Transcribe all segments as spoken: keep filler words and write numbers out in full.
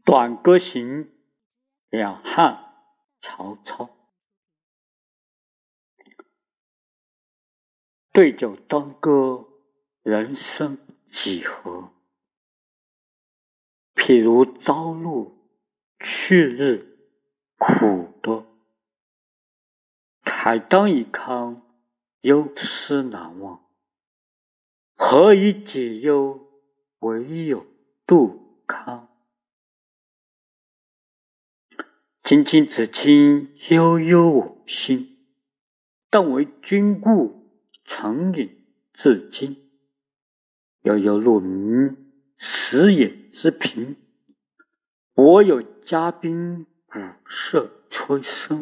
短歌行，两汉曹操。对酒当歌，人生几何？譬如朝露，去日苦多。慨当以慷，忧思难忘。何以解忧，唯有杜康。青青子衿，悠悠我心。但为君故，长饮至今。悠悠鹿鸣，食野之苹。我有嘉宾，鼓瑟吹笙。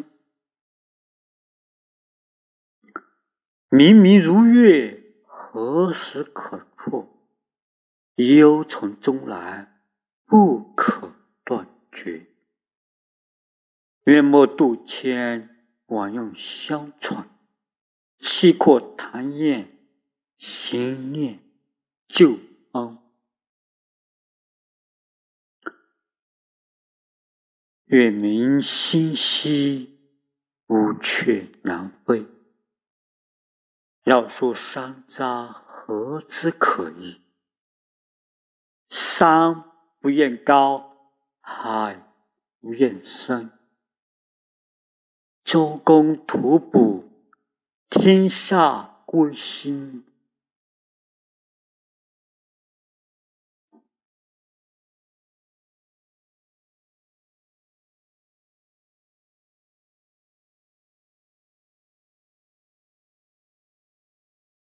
明明如月，何时可辍？忧从中来，不可断绝。月末渡迁，枉用相传。气阔谈宴，心念旧恩。月明星稀，乌鹊南飞。要说山楂，何之可依？山不厌高，海不厌深。周公吐哺，天下归心。